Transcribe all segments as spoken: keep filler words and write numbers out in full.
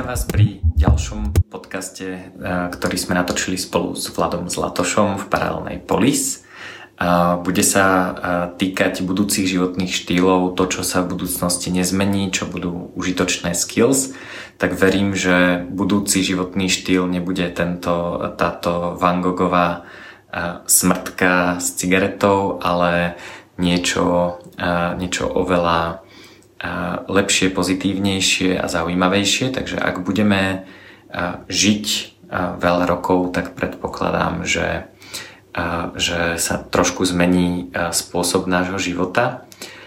vás pri ďalšom podcaste, ktorý sme natočili spolu s Vladom Zlatošom v Paralelnej Polis. Bude sa týkať budúcich životných štýlov, to, čo sa v budúcnosti nezmení, čo budú užitočné skills. Tak verím, že budúci životný štýl nebude tento, táto Van Gogová smrtka s cigaretou, ale niečo, niečo oveľa lepšie, pozitívnejšie a zaujímavejšie. Takže ak budeme žiť veľa rokov, tak predpokladám, že, že sa trošku zmení spôsob nášho života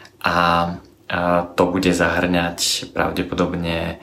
a to bude zahrňať pravdepodobne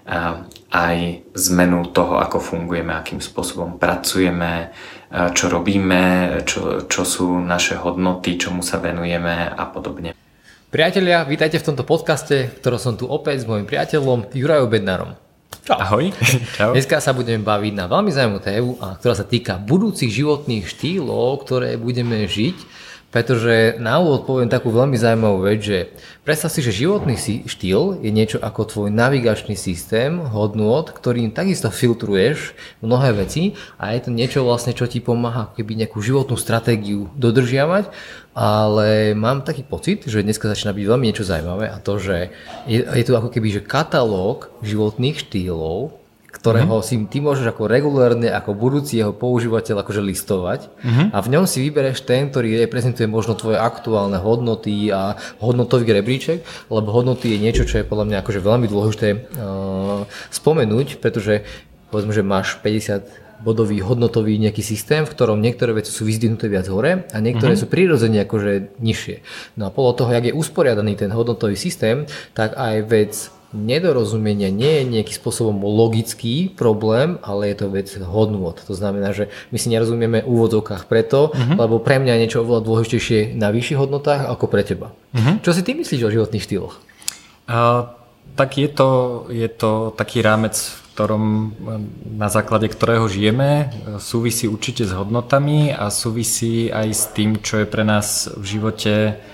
aj zmenu toho, ako fungujeme, akým spôsobom pracujeme, čo robíme, čo, čo sú naše hodnoty, čomu sa venujeme a podobne. Priatelia, vítajte v tomto podcaste, v ktorom som tu opäť s mojím priateľom Jurajom Bednárom. Čau. Ahoj. Čau. Dneska sa budeme baviť na veľmi zaujímavú tému, ktorá sa týka budúcich životných štýlov, ktoré budeme žiť. Pretože na úvod poviem takú veľmi zaujímavú vec, že predstav si, že životný štýl je niečo ako tvoj navigačný systém hodnôt, ktorým takisto filtruješ mnohé veci a je to niečo vlastne, čo ti pomáha keby nejakú životnú stratégiu dodržiavať, ale mám taký pocit, že dneska začína byť veľmi niečo zaujímavé a to, že je, je tu ako keby že katalóg životných štýlov, ktorého mm-hmm. si ty môžeš ako regulárne, ako budúci jeho používateľ akože listovať mm-hmm. a v ňom si vybereš ten, ktorý reprezentuje možno tvoje aktuálne hodnoty a hodnotový rebríček, lebo hodnoty je niečo, čo je podľa mňa akože veľmi dôležité uh, spomenúť, pretože povedzme, že máš päťdesiat bodový hodnotový nejaký systém, v ktorom niektoré veci sú vyzdvihnuté viac hore a niektoré mm-hmm. sú prirodzene akože nižšie. No a podľa toho, jak je usporiadaný ten hodnotový systém, tak aj vec nedorozumenia nie je nejakým spôsobom logický problém, ale je to vec hodnôt. To znamená, že my si nerozumieme v úvodzovkách preto, uh-huh. lebo pre mňa je niečo oveľa dôležitejšie na vyšších hodnotách ako pre teba. Uh-huh. Čo si ty myslíš o životných štýloch? Uh, tak je to, je to taký rámec, v ktorom, na základe ktorého žijeme, súvisí určite s hodnotami a súvisí aj s tým, čo je pre nás v živote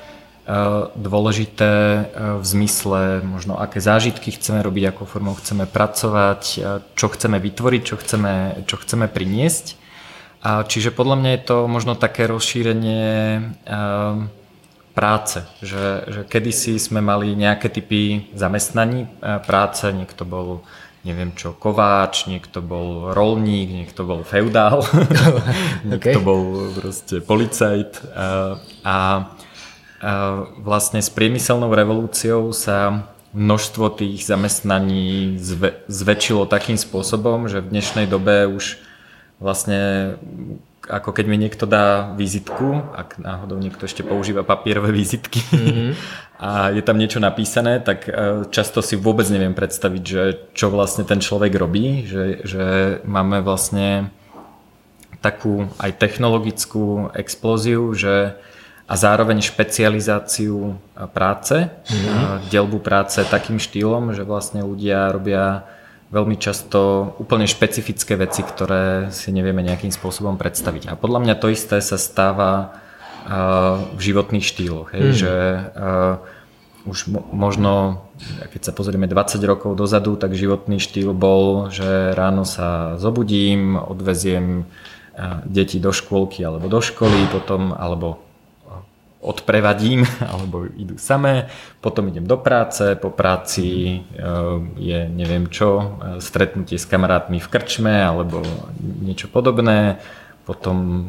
dôležité v zmysle možno aké zážitky chceme robiť, akou formou chceme pracovať, čo chceme vytvoriť, čo chceme, čo chceme priniesť. A čiže podľa mňa je to možno také rozšírenie práce, že, že kedysi sme mali nejaké typy zamestnaní práce, niekto bol neviem čo, kováč, niekto bol roľník, niekto bol feudál, niekto bol proste policajt a vlastne s priemyselnou revolúciou sa množstvo tých zamestnaní zve, zväčšilo takým spôsobom, že v dnešnej dobe už vlastne ako keď mi niekto dá vizitku, ak náhodou niekto ešte používa papierové vizitky mm-hmm. a je tam niečo napísané, tak často si vôbec neviem predstaviť, že čo vlastne ten človek robí, že, že máme vlastne takú aj technologickú explóziu, že a zároveň špecializáciu práce, mm-hmm. dielbu práce takým štýlom, že vlastne ľudia robia veľmi často úplne špecifické veci, ktoré si nevieme nejakým spôsobom predstaviť. A podľa mňa to isté sa stáva v životných štýloch, hej, mm. že uh, už mo- možno, keď sa pozrieme dvadsať rokov dozadu, tak životný štýl bol, že ráno sa zobudím, odveziem uh, deti do škôlky alebo do školy, potom alebo odprevadím, alebo idú samé, potom idem do práce, po práci je neviem čo, stretnutie s kamarátmi v krčme, alebo niečo podobné, potom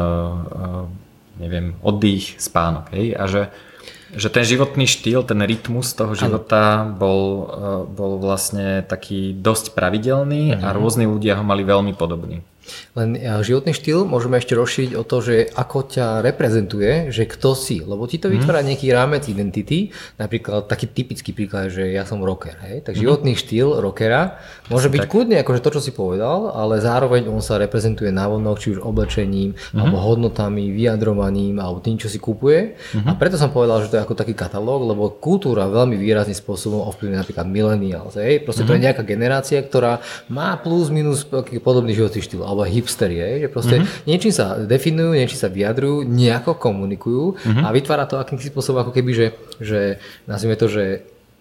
neviem, oddych, spánok. Hej? A že, že ten životný štýl, ten rytmus toho života bol, bol vlastne taký dosť pravidelný a rôzni ľudia ho mali veľmi podobný. Len životný štýl môžeme ešte rozšíriť o to, že ako ťa reprezentuje, že kto si, lebo ti to vytvára nejaký rámec identity, napríklad taký typický príklad, že ja som rocker, hej? Tak životný štýl rockera môže byť tak kľudne akože to, čo si povedal, ale zároveň on sa reprezentuje návonok, či už oblečením, mm-hmm. alebo hodnotami, vyjadrovaním, alebo tým, čo si kupuje. Mm-hmm. A preto som povedal, že to je ako taký katalóg, lebo kultúra veľmi výrazným spôsobom ovplyvňuje napríklad millennials, hej? Proste mm-hmm. to je nejaká generácia, ktorá má plus minus podobný životný štýl. Alebo hipsteri, že proste mm-hmm. niečím sa definujú, niečím sa vyjadrujú, nejako komunikujú mm-hmm. a vytvára to akým spôsobom ako keby, že, že nazvime to, že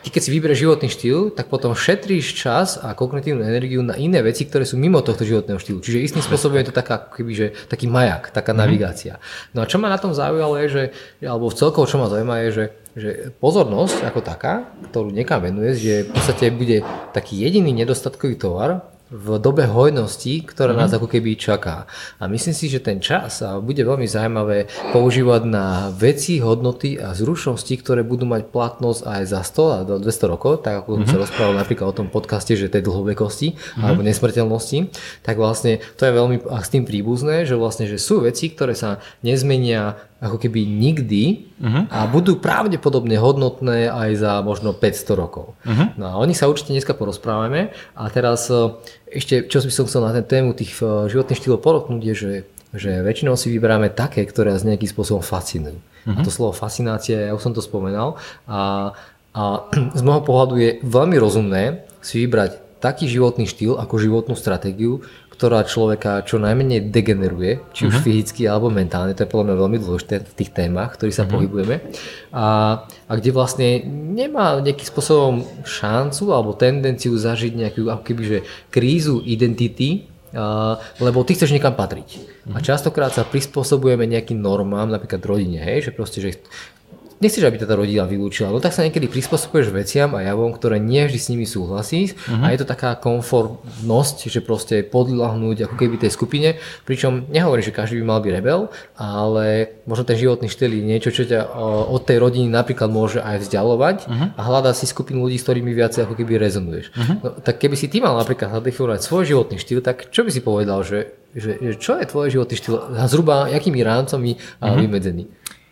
ty keď si vyberieš životný štýl, tak potom šetríš čas a kognitívnu energiu na iné veci, ktoré sú mimo tohto životného štýlu. Čiže istým spôsobom je to taká, keby, že, taký majak, taká mm-hmm. navigácia. No a čo ma na tom zaujalo je, že, alebo celkovo čo ma zaujíma je, že, že pozornosť ako taká, ktorú niekam venuješ, že v podstate bude taký jediný nedostatkový tovar v dobe hojnosti, ktorá nás ako keby čaká. A myslím si, že ten čas bude veľmi zaujímavé používať na veci, hodnoty a zručnosti, ktoré budú mať platnosť aj za sto a dvesto rokov, tak ako mm-hmm. som sa rozprával napríklad o tom podcaste, že tej dlhovekosti mm-hmm. alebo nesmrteľnosti, tak vlastne to je veľmi s tým príbuzné, že vlastne že sú veci, ktoré sa nezmenia ako keby nikdy uh-huh. a budú pravdepodobne hodnotné aj za možno päťsto rokov. Uh-huh. No a o nich sa určite dneska porozprávame. A teraz ešte, čo by som chcel na ten tému tých životných štýlov podotknúť je, že, že väčšinou si vyberáme také, ktoré nás nejakým spôsobom fascinujú. Uh-huh. A to slovo fascinácia, ja už som to spomenal, a, a z môjho pohľadu je veľmi rozumné si vybrať taký životný štýl ako životnú stratégiu, ktorá človeka čo najmenej degeneruje, či už uh-huh. fyzicky alebo mentálne, to je podľa mňa veľmi dôležité v tých témach, v ktorých sa uh-huh. pohybujeme a, a kde vlastne nemá nejakým spôsobom šancu alebo tendenciu zažiť nejakú ako keby, že krízu identity, a, lebo ty chceš niekam patriť. Uh-huh. A častokrát sa prispôsobujeme nejakým normám, napríklad rodine, hej, že proste, že nechceš, aby tá rodina vylúčila, no tak sa niekedy prispôsobuješ veciam a javom, ktoré nie vždy s nimi súhlasíš uh-huh. a je to taká komfortnosť, že proste podľahnúť ako keby tej skupine, pričom nehovorím, že každý by mal byť rebel, ale možno ten životný štýl je niečo, čo ťa od tej rodiny napríklad môže aj vzdialovať uh-huh. a hľadať si skupinu ľudí, s ktorými viacej ako keby rezonuješ. Uh-huh. No, tak keby si ty mal napríklad zadefinovať svoj životný štýl, tak čo by si povedal, že, že, že čo je tvoj životný štýl a zhruba akými rámcami uh-huh. vymedzený?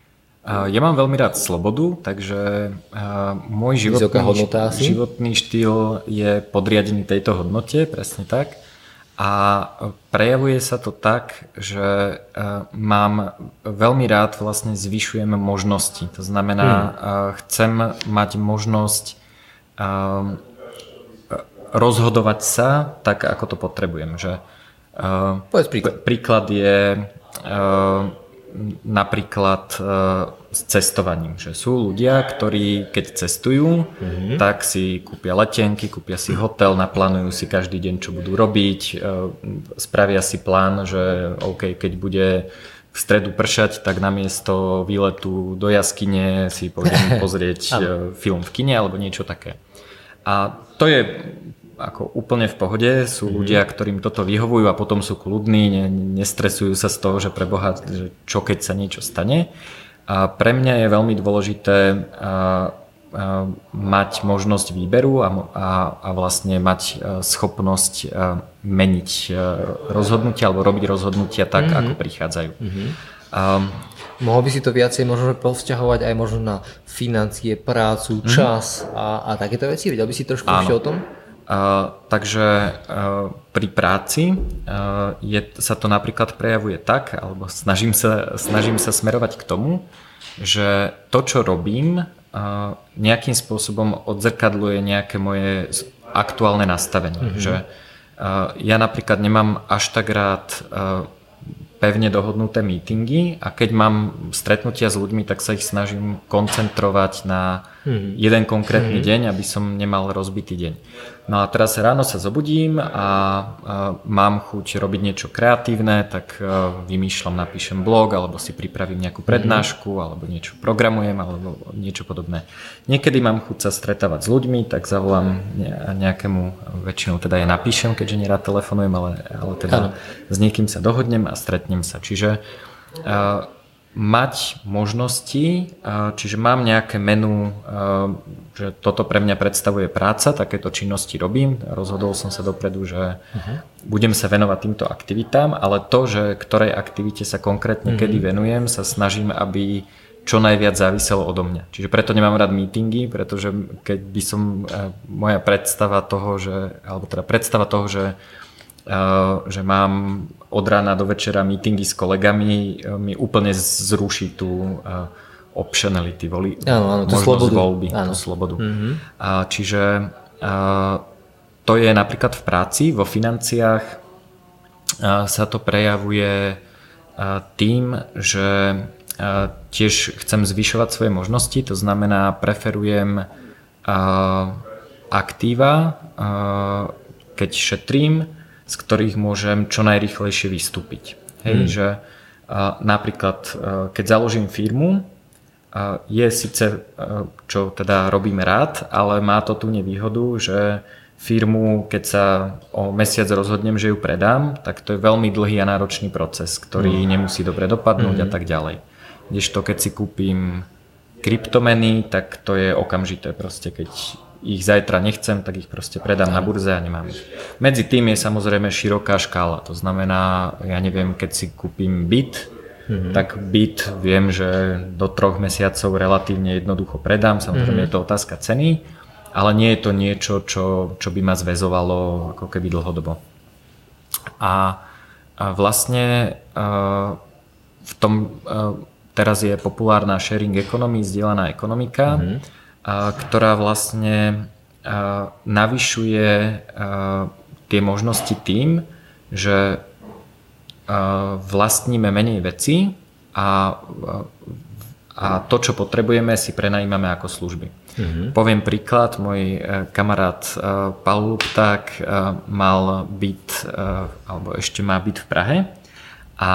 Ja mám veľmi rád slobodu, takže môj životný, životný štýl je podriadený tejto hodnote, presne tak. A prejavuje sa to tak, že mám veľmi rád, vlastne zvyšujem možnosti. To znamená, hmm. chcem mať možnosť rozhodovať sa tak, ako to potrebujem. Že, Povedz príklad. Príklad je napríklad e, s cestovaním, že sú ľudia, ktorí keď cestujú, mm-hmm. tak si kúpia letenky, kúpia si hotel, naplánujú si každý deň, čo budú robiť, e, spravia si plán, že OK, keď bude v stredu pršať, tak namiesto výletu do jaskyne si pôjdem pozrieť e, film v kine alebo niečo také. A to je ako úplne v pohode, sú mm-hmm. ľudia, ktorým toto vyhovujú a potom sú kľudní, ne, nestresujú sa z toho, že preboha, že čo keď sa niečo stane. A pre mňa je veľmi dôležité a, a, mať možnosť výberu a, a, a vlastne mať schopnosť a, meniť rozhodnutia alebo robiť rozhodnutia tak, mm-hmm. ako prichádzajú. Mm-hmm. A, Mohol by si to viacej možno povzťahovať aj možno na financie, prácu, čas mm-hmm. a, a takéto veci? Vedel by si trošku ešte o tom? Uh, takže uh, pri práci uh, je, sa to napríklad prejavuje tak, alebo snažím sa, snažím sa smerovať k tomu, že to, čo robím, uh, nejakým spôsobom odzrkadľuje nejaké moje aktuálne nastavenie. Mm-hmm. Že uh, ja napríklad nemám až tak rád uh, pevne dohodnuté meetingy a keď mám stretnutia s ľuďmi, tak sa ich snažím koncentrovať na mm-hmm. jeden konkrétny mm-hmm. deň, aby som nemal rozbitý deň. No a teraz ráno sa zobudím a, a mám chuť robiť niečo kreatívne, tak vymýšľam, napíšem blog, alebo si pripravím nejakú prednášku, mm-hmm. alebo niečo programujem, alebo niečo podobné. Niekedy mám chuť sa stretávať s ľuďmi, tak zavolám nejakému, väčšinou teda ja napíšem, keďže nerád telefonujem, ale, ale teda ano. S niekým sa dohodnem a stretnem sa. Čiže uh, mať možnosti, uh, čiže mám nejaké menu, uh, že toto pre mňa predstavuje práca, takéto činnosti robím. Rozhodol som sa dopredu, že uh-huh. budem sa venovať týmto aktivitám, ale to, že ktorej aktivite sa konkrétne uh-huh. kedy venujem, sa snažím, aby čo najviac záviselo odo mňa. Čiže preto nemám rád meetingy, pretože keď by som, uh, moja predstava toho, že, alebo teda predstava toho, že Uh, že mám od rána do večera meetingy s kolegami, uh, mi úplne zruší tú uh, optionality, voli, áno, áno, tú možnosť slobodu. voľby, áno. tú slobodu. Mm-hmm. Uh, čiže uh, to je napríklad v práci, vo financiách uh, sa to prejavuje uh, tým, že uh, tiež chcem zvyšovať svoje možnosti, to znamená preferujem uh, aktíva, keď šetrím, z ktorých môžem čo najrýchlejšie vystúpiť. Hej, mm. že napríklad, keď založím firmu, je síce, čo teda robíme rád, ale má to tu nevýhodu, že firmu, keď sa o mesiac rozhodnem, že ju predám, tak to je veľmi dlhý a náročný proces, ktorý mm. nemusí dobre dopadnúť mm. a tak ďalej. Kdežto keď si kúpim kryptomeny, tak to je okamžité. Proste keď ich zajtra nechcem, tak ich proste predám na burze a nemám ich. Medzi tým je samozrejme široká škála. To znamená, ja neviem, keď si kúpim byt, mm-hmm. tak byt viem, že do troch mesiacov relatívne jednoducho predám. Samozrejme mm-hmm. je to otázka ceny, ale nie je to niečo, čo, čo by ma zväzovalo ako keby dlhodobo. A, a vlastne v tom teraz je populárna sharing economy, zdieľaná ekonomika, mm-hmm. ktorá vlastne navyšuje tie možnosti tým, že vlastníme menej veci a, a to, čo potrebujeme, si prenajímame ako služby. Mm-hmm. Poviem príklad, môj kamarát Paul Lupták mal byt, alebo ešte má byt v Prahe a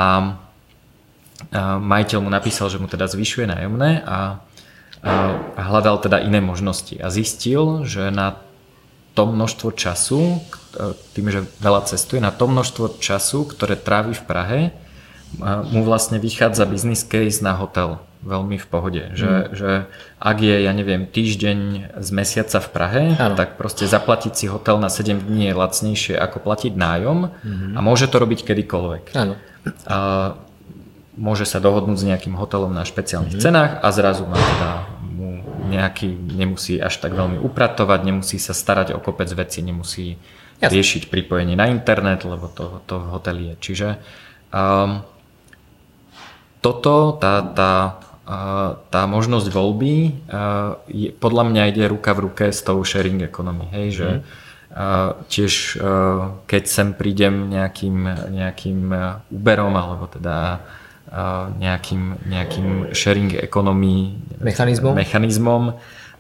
majiteľ mu napísal, že mu teda zvyšuje nájomné a a hľadal teda iné možnosti a zistil, že na to množstvo času, tým, že veľa cestuje, na to množstvo času, ktoré trávi v Prahe, mu vlastne vychádza business case na hotel veľmi v pohode. Mm. Že, že ak je, ja neviem, týždeň z mesiaca v Prahe, ano. Tak proste zaplatiť si hotel na sedem dní je lacnejšie ako platiť nájom mm. a môže to robiť kedykoľvek. Áno. A môže sa dohodnúť s nejakým hotelom na špeciálnych mm-hmm. cenách a zrazu má teda mu nejaký, nemusí až tak veľmi upratovať, nemusí sa starať o kopec veci, nemusí Jasne. Riešiť pripojenie na internet, lebo to, to v hoteli je. Čiže um, toto, tá, tá, uh, tá možnosť voľby uh, je, podľa mňa ide ruka v ruke s tou sharing economy. Hej, že mm. uh, tiež uh, keď sem prídem nejakým, nejakým Uberom alebo teda Nejakým, nejakým sharing economy mechanizmom, mechanizmom.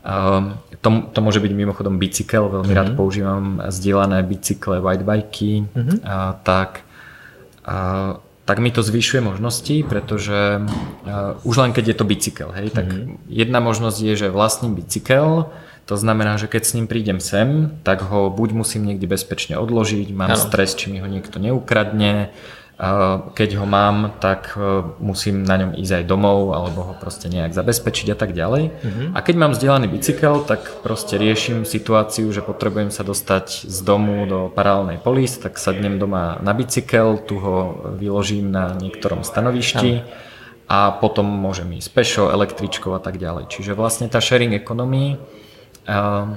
To, to môže byť mimochodom bicykel, veľmi mm-hmm. rád používam zdieľané bicykle, whitebajky, mm-hmm. tak, a, tak mi to zvyšuje možnosti, pretože a, už len keď je to bicykel, hej, tak mm-hmm. jedna možnosť je, že vlastním bicykel, to znamená, že keď s ním prídem sem, tak ho buď musím niekde bezpečne odložiť, mám ano. Stres, či mi ho niekto neukradne. Keď ho mám, tak musím na ňom ísť aj domov alebo ho proste nejak zabezpečiť a tak ďalej. Mm-hmm. A keď mám zdieľaný bicykel, tak proste riešim situáciu, že potrebujem sa dostať z domu do paralelnej polis, tak sadnem doma na bicykel, tu ho vyložím na niektorom stanovišti Aha. a potom môžem ísť pešo, električkou a tak ďalej. Čiže vlastne tá sharing economy uh,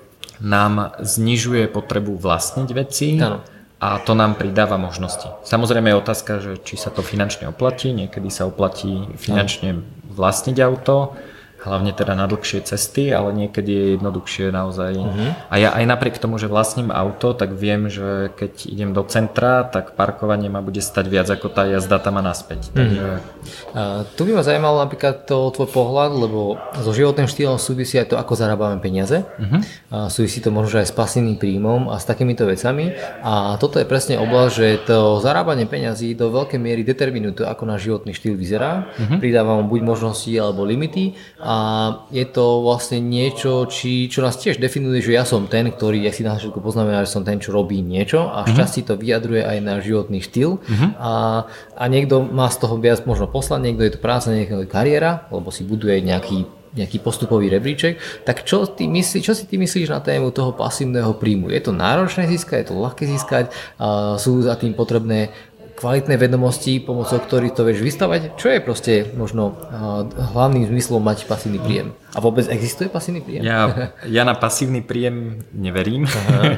nám znižuje potrebu vlastniť veci. Áno. A to nám pridáva možnosti. Samozrejme je otázka, že či sa to finančne oplatí. Niekedy sa oplatí finančne vlastniť auto, hlavne teda na dlhšie cesty, ale niekedy je jednoduchšie naozaj. Uh-huh. A ja aj napriek tomu, že vlastním auto, tak viem, že keď idem do centra, tak parkovanie ma bude stať viac ako tá jazda tam a naspäť. Uh-huh. Takže... A tu by ma zaujímalo napríklad to tvoj pohľad, lebo so životným štýlom súvisí aj to, ako zarábame peniaze. Uh-huh. A súvisí to možno aj s pasívnym príjmom a s takýmito vecami. A toto je presne oblasť, že to zarábanie peňazí do veľkej miery determinuje to, ako náš životný štýl vyzerá. Uh-huh. Pridáva mu buď možnosti alebo limity. A je to vlastne niečo, či, čo nás tiež definuje, že ja som ten, ktorý, ja si na všetko poznamená, že som ten, čo robí niečo a šťastie to vyjadruje aj na životný štýl. Uh-huh. A, a niekto má z toho viac možno poslať, niekto je to práca, niekto je kariéra, lebo si buduje nejaký, nejaký postupový rebríček. Tak čo, ty myslí, čo si ty myslíš na tému toho pasívneho príjmu? Je to náročné získať, je to ľahké získať, a sú za tým potrebné kvalitné vedomosti, pomocou ktorých to vieš vystavať? Čo je proste možno uh, hlavným zmyslom mať pasívny príjem? A vôbec existuje pasívny príjem? Ja, ja na pasívny príjem neverím,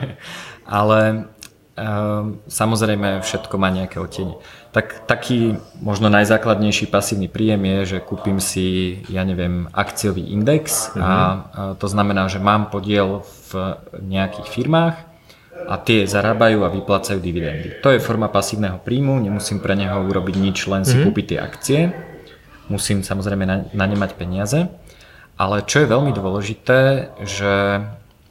ale uh, samozrejme všetko má nejaké odtiene. Tak, taký možno najzákladnejší pasívny príjem je, že kúpim si, ja neviem, akciový index uh-huh. a, a to znamená, že mám podiel v nejakých firmách a tie zarábajú a vyplácajú dividendy. To je forma pasívneho príjmu, nemusím pre neho urobiť nič, len si mm-hmm. kúpiť tie akcie. Musím samozrejme na, na ne mať peniaze. Ale čo je veľmi dôležité, že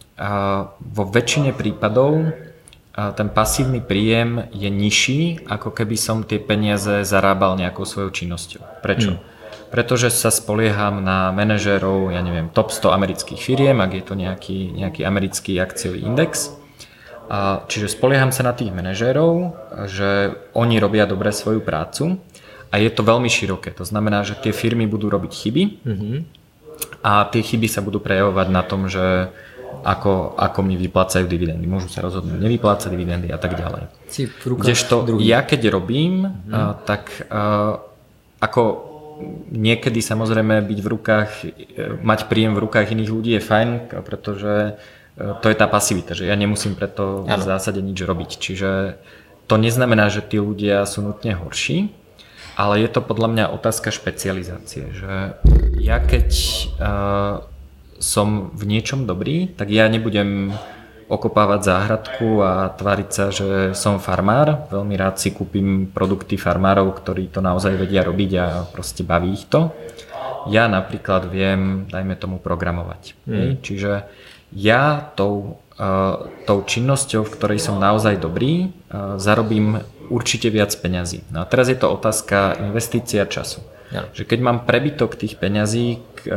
vo väčšine prípadov ten pasívny príjem je nižší, ako keby som tie peniaze zarábal nejakou svojou činnosťou. Prečo? Hmm. Pretože sa spolieham na manažérov, ja neviem, top sto amerických firiem, ak je to nejaký, nejaký americký akciový index. A čiže spolieham sa na tých manažérov, že oni robia dobre svoju prácu a je to veľmi široké. To znamená, že tie firmy budú robiť chyby mm-hmm. a tie chyby sa budú prejavovať na tom, že ako, ako mi vyplácajú dividendy. Môžu sa rozhodnúť nevyplácať dividendy a tak ďalej. Kdežto ja keď robím, mm-hmm. a, tak a, ako niekedy samozrejme byť v rukách, mať príjem v rukách iných ľudí je fajn, pretože to je tá pasivita, že ja nemusím preto v zásade nič robiť. Čiže to neznamená, že tí ľudia sú nutne horší, ale je to podľa mňa otázka špecializácie. Že ja keď uh, som v niečom dobrý, tak ja nebudem okopávať záhradku a tváriť sa, že som farmár. Veľmi rád si kúpim produkty farmárov, ktorí to naozaj vedia robiť a proste baví ich to. Ja napríklad viem, dajme tomu, programovať. Mm. Čiže ja tou, uh, tou činnosťou, v ktorej som naozaj dobrý, uh, zarobím určite viac peňazí. No a teraz je to otázka investícia času. Ja. Že keď mám prebytok tých peňazí, k, uh,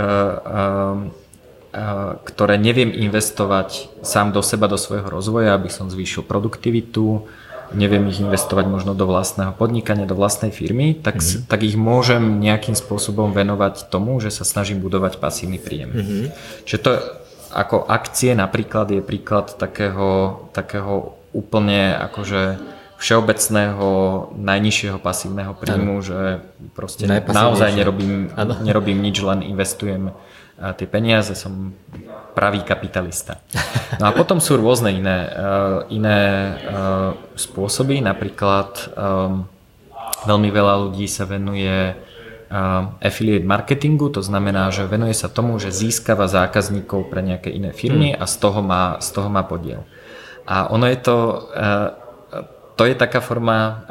uh, ktoré neviem investovať sám do seba, do svojho rozvoja, aby som zvýšil produktivitu, neviem ich investovať možno do vlastného podnikania, do vlastnej firmy, tak, mm-hmm. tak ich môžem nejakým spôsobom venovať tomu, že sa snažím budovať pasívny príjem. Mm-hmm. Čiže to ako akcie napríklad je príklad takého, takého úplne akože všeobecného najnižšieho pasívneho príjmu, ano. Že proste naozaj nerobím, nerobím nič, len investujem tie peniaze, som pravý kapitalista. No a potom sú rôzne iné, iné spôsoby, napríklad veľmi veľa ľudí sa venuje affiliate marketingu, to znamená, že venuje sa tomu, že získava zákazníkov pre nejaké iné firmy a z toho má, z toho má podiel. A ono je to, to je taká forma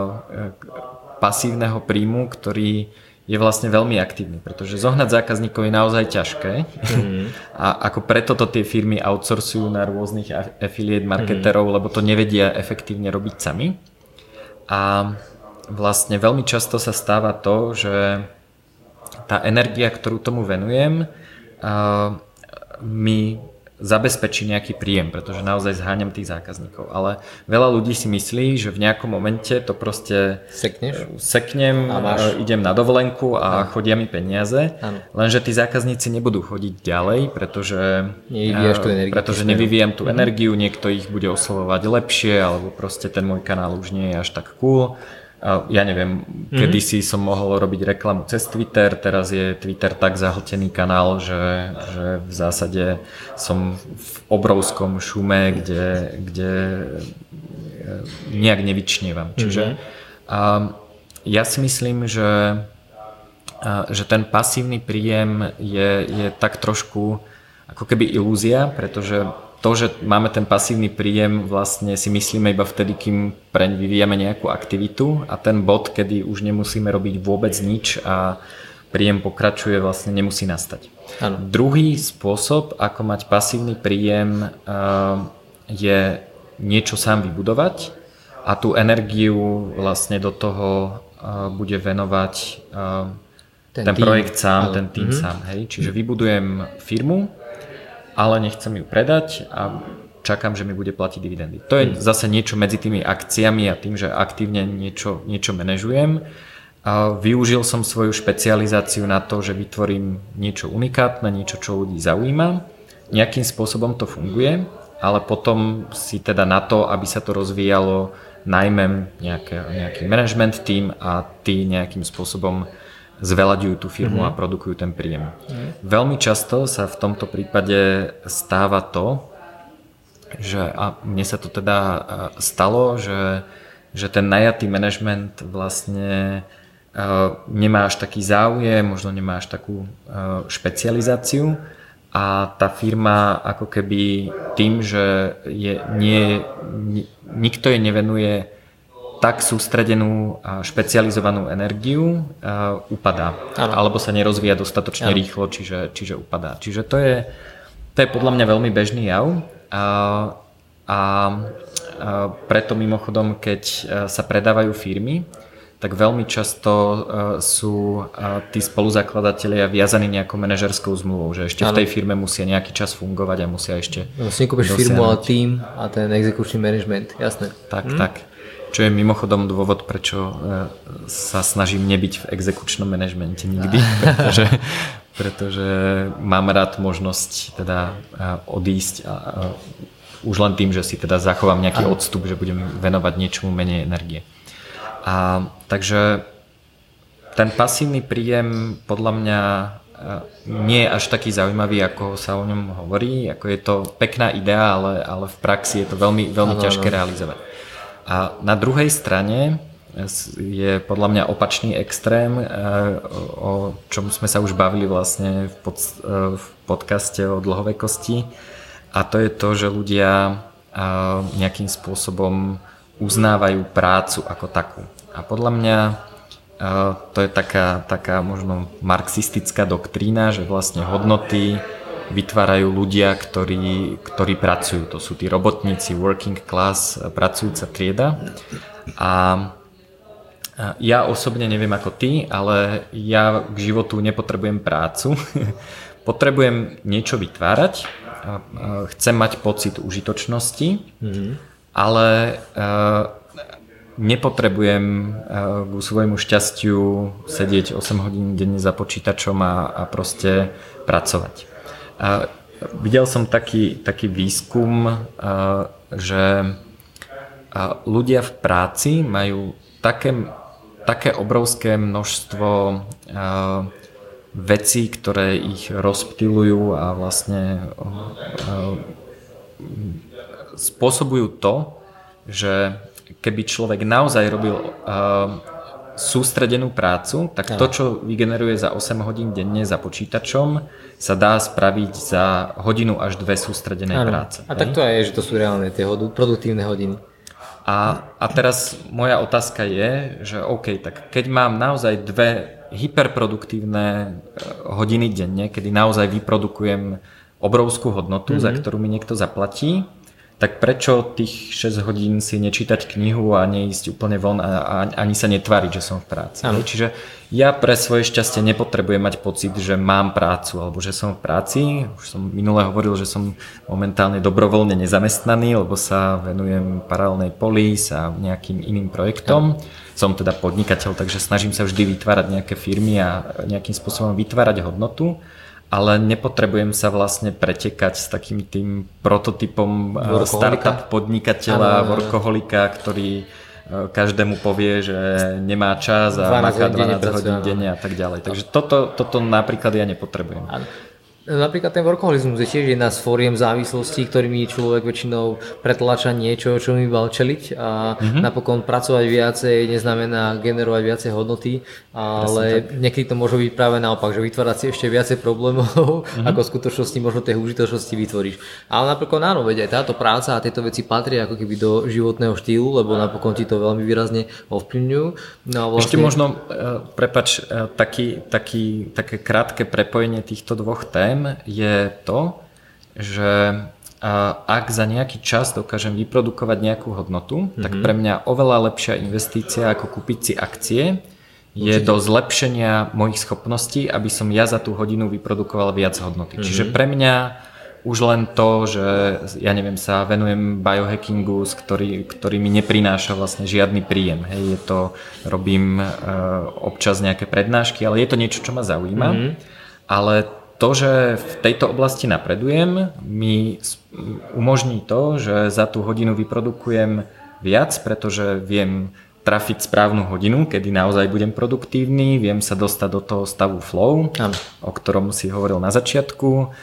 pasívneho príjmu, ktorý je vlastne veľmi aktívny, pretože zohnať zákazníkov je naozaj ťažké mm. a ako preto to tie firmy outsourcujú na rôznych affiliate marketerov, mm. lebo to nevedia efektívne robiť sami. A vlastne veľmi často sa stáva to, že tá energia, ktorú tomu venujem, mi zabezpečí nejaký príjem, pretože naozaj zháňam tých zákazníkov. Ale veľa ľudí si myslí, že v nejakom momente to proste Sekneš? seknem, idem na dovolenku a ano. Chodia mi peniaze, ano. Lenže tí zákazníci nebudú chodiť ďalej, pretože, tú energiu, pretože nevyvíjam tú energiu, niekto ich bude oslovovať lepšie, alebo proste ten môj kanál už nie je až tak cool. Ja neviem, mm-hmm. kedysi som mohol robiť reklamu cez Twitter, teraz je Twitter tak zahltený kanál, že, že v zásade som v obrovskom šume, kde, kde nejak nevyčnievam. Čiže mm-hmm. ja si myslím, že, že ten pasívny príjem je, je tak trošku ako keby ilúzia, pretože to, že máme ten pasívny príjem, vlastne si myslíme iba vtedy, kým preň vyvíjame nejakú aktivitu a ten bod, kedy už nemusíme robiť vôbec nič a príjem pokračuje, vlastne nemusí nastať. Ano. Druhý spôsob, ako mať pasívny príjem, je niečo sám vybudovať a tú energiu vlastne do toho bude venovať ten, ten projekt sám, ano. Ten tým mm-hmm. sám. Hej? Čiže vybudujem firmu, ale nechcem ju predať a čakám, že mi bude platiť dividendy. To je zase niečo medzi tými akciami a tým, že aktívne niečo, niečo manažujem. A využil som svoju špecializáciu na to, že vytvorím niečo unikátne, niečo, čo ľudí zaujíma. Nejakým spôsobom to funguje, ale potom si teda na to, aby sa to rozvíjalo, najmä nejaké, nejaký management team a tí nejakým spôsobom zveľaďujú tú firmu mm-hmm. a produkujú ten príjem. Mm-hmm. Veľmi často sa v tomto prípade stáva to, že a mne sa to teda stalo, že, že ten najatý manažment vlastne uh, nemá až taký záujem, možno nemá až takú uh, špecializáciu a tá firma ako keby tým, že je, nie, nikto jej nevenuje tak sústredenú a špecializovanú energiu uh, upadá. Ano. Alebo sa nerozvíja dostatočne ano. rýchlo, čiže, čiže upadá. Čiže to je, to je podľa mňa veľmi bežný jav. A, a, a preto mimochodom, keď sa predávajú firmy, tak veľmi často uh, sú uh, tí spoluzakladatelia viazaní nejakou manažerskou zmluvou, že ešte ano. v tej firme musia nejaký čas fungovať a musia ešte... Vlastne kúpiš firmu, ale tým a ten exekučný management, jasné. Tak, hm? tak. Čo je mimochodom dôvod, prečo sa snažím nebyť v exekučnom manažmente nikdy, pretože, pretože mám rád možnosť teda odísť a, a už len tým, že si teda zachovám nejaký odstup, že budem venovať niečomu menej energie. A takže ten pasívny príjem podľa mňa nie je až taký zaujímavý, ako sa o ňom hovorí, ako je to pekná idea, ale, ale v praxi je to veľmi, veľmi ano, ťažké ano. realizovať. A na druhej strane je podľa mňa opačný extrém, o čom sme sa už bavili vlastne v, pod, v podcaste o dlhovekosti, a to je to, že ľudia nejakým spôsobom uznávajú prácu ako takú. A podľa mňa to je taká, taká možno marxistická doktrína, že vlastne hodnoty vytvárajú ľudia, ktorí, ktorí pracujú. To sú tí robotníci, working class, pracujúca trieda. A ja osobne neviem ako ty, ale ja k životu nepotrebujem prácu. Potrebujem niečo vytvárať. Chcem mať pocit užitočnosti, mm-hmm. ale nepotrebujem k svojmu šťastiu sedieť osem hodín denne za počítačom a, a proste pracovať. A videl som taký, taký výskum, že ľudia v práci majú také, také obrovské množstvo vecí, ktoré ich rozptylujú a vlastne spôsobujú to, že keby človek naozaj robil sústredenú prácu, tak to, čo vygeneruje za osem hodín denne za počítačom, sa dá spraviť za hodinu až dve sústredenej ano. práce. A tak to je, že to sú reálne tie produktívne hodiny. A, a teraz moja otázka je, že OK, tak keď mám naozaj dve hyperproduktívne hodiny denne, kedy naozaj vyprodukujem obrovskú hodnotu, mm-hmm. za ktorú mi niekto zaplatí, tak prečo tých šesť hodín si nečítať knihu a neísť úplne von a, a ani sa netváriť, že som v práci. Ano. Čiže ja pre svoje šťastie nepotrebujem mať pocit, že mám prácu alebo že som v práci. Už som minule hovoril, že som momentálne dobrovoľne nezamestnaný, lebo sa venujem paralelnej polis a nejakým iným projektom. Ano. Som teda podnikateľ, takže snažím sa vždy vytvárať nejaké firmy a nejakým spôsobom vytvárať hodnotu. Ale nepotrebujem sa vlastne pretekať s takým tým prototypom startup podnikateľa, workoholika, ktorý každému povie, že nemá čas a maká dvanásť hodín denne a tak ďalej. Takže toto, toto napríklad ja nepotrebujem. Áno. Napríklad ten workoholizmus je tiež jedna z fóriem závislostí, ktorými človek väčšinou pretláča niečo, čo mi mal čeliť a mm-hmm. napokon pracovať viacej neznamená generovať viacej hodnoty, ale niekedy to môže byť práve naopak, že vytvárať si ešte viacej problémov, mm-hmm. ako v skutočnosti možno tej užitočnosti vytvoríš. Ale napokon áno, veď aj táto práca a tieto veci patria ako keby do životného štýlu, lebo napokon ti to veľmi výrazne ovplyvňujú. No vlastne... Ešte možno, prepáč, taký, taký, také krátke prepojenie týchto dvoch tém je to, že ak za nejaký čas dokážem vyprodukovať nejakú hodnotu, mm-hmm. tak pre mňa oveľa lepšia investícia ako kúpiť si akcie je Určite. do zlepšenia mojich schopností, aby som ja za tú hodinu vyprodukoval viac hodnoty. Mm-hmm. Čiže pre mňa už len to, že ja neviem, sa venujem biohackingu, ktorý, ktorý mi neprináša vlastne žiadny príjem. Hej, je to, robím uh, občas nejaké prednášky, ale je to niečo, čo ma zaujíma. Mm-hmm. Ale to, že v tejto oblasti napredujem, mi umožní to, že za tú hodinu vyprodukujem viac, pretože viem trafiť správnu hodinu, kedy naozaj budem produktívny, viem sa dostať do toho stavu flow, ano. o ktorom si hovoril na začiatku.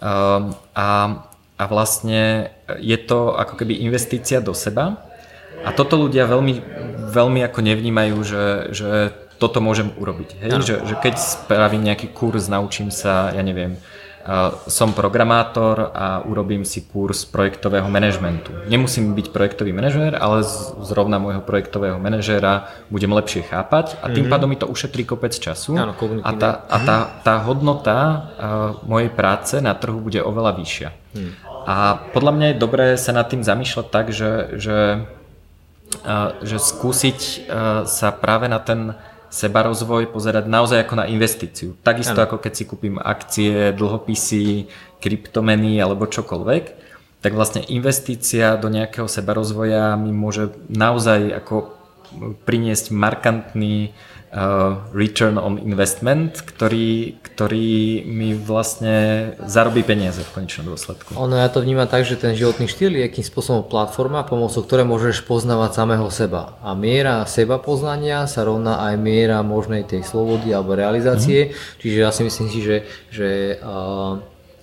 A, a vlastne je to ako keby investícia do seba. A toto ľudia veľmi, veľmi ako nevnímajú, že, že toto môžem urobiť. Hej? Že, že keď spravím nejaký kurz, naučím sa, ja neviem, som programátor a urobím si kurz projektového manažmentu. Nemusím byť projektový manažér, ale zrovna môjho projektového manažéra budem lepšie chápať a tým mm-hmm. pádom mi to ušetrí kopec času. Áno, a tá, a tá, tá hodnota mojej práce na trhu bude oveľa vyššia. Mm. A podľa mňa je dobré sa nad tým zamýšľať tak, že, že, že skúsiť sa práve na ten sebarozvoj pozerať naozaj ako na investíciu. Takisto ano. Ako keď si kúpim akcie, dlhopisy, kryptomeny alebo čokoľvek, tak vlastne investícia do nejakého sebarozvoja mi môže naozaj ako priniesť markantný uh, return on investment, ktorý, ktorý mi vlastne zarobí peniaze v konečnom dôsledku. Ono, ja to vnímam tak, že ten životný štýl je akým spôsobom platforma, pomocou ktorej môžeš poznávať samého seba. A miera seba poznania sa rovná aj miera možnej tej slobody alebo realizácie. Mm-hmm. Čiže ja si myslím si, že, že uh,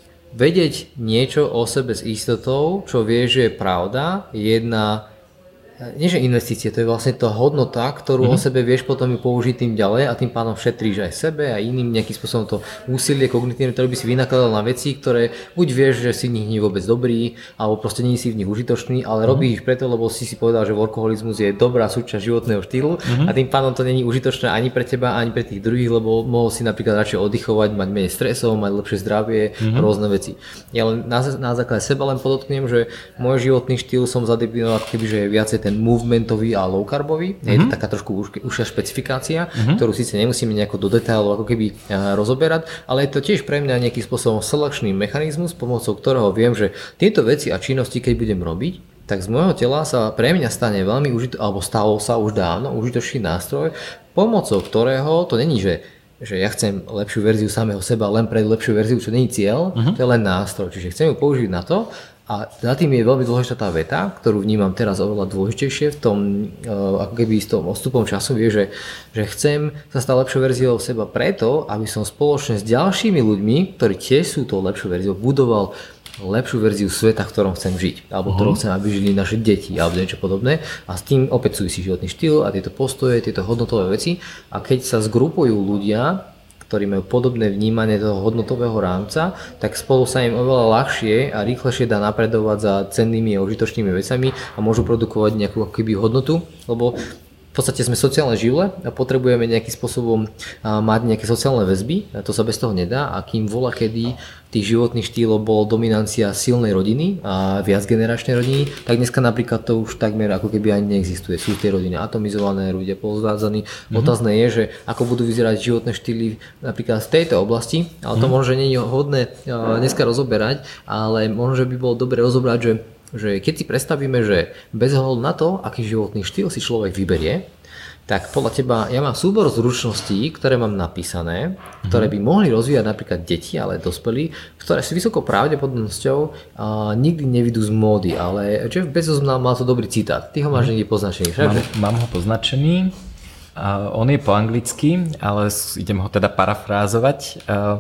vedieť niečo o sebe s istotou, čo vieš, že je pravda, je jedna nie že investície, to je vlastne tá hodnota, ktorú mm-hmm. o sebe vieš potom ju použiť tým ďalej a tým pádom šetríš aj sebe a iným nejakým spôsobom to úsilie kognitívne, ktoré by si vynakladal na veci, ktoré buď vieš, že si v nich nie je vôbec dobrý, alebo proste nie si v nich užitočný, ale mm-hmm. robíš ich preto, lebo si si povedal, že workoholizmus je dobrá súčasť životného štýlu mm-hmm. a tým pádom to není užitočné ani pre teba, ani pre tých druhých, lebo mohol si napríklad radšej oddychovať, mať menej stresov, mať lepšie zdravie, mm-hmm. rôzne veci. Ja len na, na základe seba len podotknem, že môj životný štýl som zadefinoval, kebyže je viacej ten movementový a low carbový. Mm-hmm. Je to taká trošku už, užšia špecifikácia, mm-hmm. ktorú síce nemusíme nejako do detailu ako keby rozoberať, ale je to tiež pre mňa nejakým spôsobom selekčný mechanizmus, pomocou ktorého viem, že tieto veci a činnosti, keď budem robiť, tak z môjho tela sa pre mňa stane veľmi užitočný, alebo stalo sa už dávno užitočný nástroj, pomocou ktorého to není, že že ja chcem lepšiu verziu samého seba len pre lepšiu verziu, čo nie je cieľ, uh-huh. to je len nástroj. Čiže chcem ju použiť na to a za tým je veľmi dôležitá tá veta, ktorú vnímam teraz oveľa dôležitejšie v tom, uh, ako keby s tom odstupom času, vie, že, že chcem sa stať lepšou verziou seba preto, aby som spoločne s ďalšími ľuďmi, ktorí tiež sú tou lepšou verziou, budoval lepšiu verziu sveta, v ktorom chcem žiť, alebo v ktorom chcem, aby žili naše deti, alebo niečo podobné. A s tým opäť súvisí životný štýl a tieto postoje, tieto hodnotové veci. A keď sa zgrupujú ľudia, ktorí majú podobné vnímanie toho hodnotového rámca, tak spolu sa im oveľa ľahšie a rýchlejšie dá napredovať za cennými a užitočnými vecami a môžu produkovať nejakú akýby hodnotu, lebo v podstate sme sociálne živle a potrebujeme nejakým spôsobom mať nejaké sociálne väzby, a to sa bez toho nedá a kým voľa kedy tých životných štýlov bolo dominancia silnej rodiny a viacgeneračnej rodiny, tak dneska napríklad to už takmer ako keby ani neexistuje. Sú tie rodiny atomizované, ľudia pozvádzaní. Mm-hmm. Otázne je, že ako budú vyzerať životné štýly napríklad v tejto oblasti, ale to mm-hmm. možno nie je hodné dneska rozoberať, ale možno by bolo dobre rozobrať, že že keď si predstavíme, že bez ohľadu na to, aký životný štýl si človek vyberie, tak podľa teba, ja mám súbor zručností, ktoré mám napísané, ktoré by mohli rozvíjať napríklad deti, ale dospelí, ktoré s vysokou pravdepodobnosťou a nikdy nevidú z módy, ale Jeff Bezos mal, mal to dobrý citát. Ty ho máš niekde poznačený, však? Mám, mám ho poznačený, uh, on je po anglicky, ale idem ho teda parafrázovať, uh,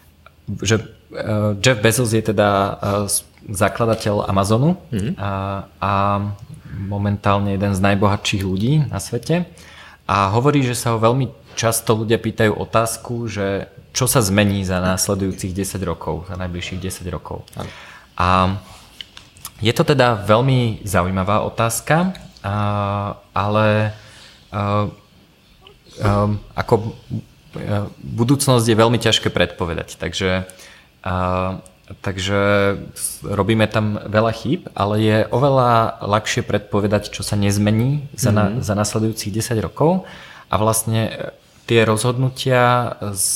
že uh, Jeff Bezos je teda uh, zakladateľ Amazonu mm-hmm. a, a momentálne jeden z najbohatších ľudí na svete a hovorí, že sa ho veľmi často ľudia pýtajú otázku, že čo sa zmení za následujúcich desať rokov, za najbližších desať rokov. Aj. A je to teda veľmi zaujímavá otázka, a, ale a, a, ako a, budúcnosť je veľmi ťažké predpovedať, takže a, Takže robíme tam veľa chýb, ale je oveľa ľahšie predpovedať, čo sa nezmení za, na, mm-hmm. za nasledujúcich desať rokov a vlastne tie rozhodnutia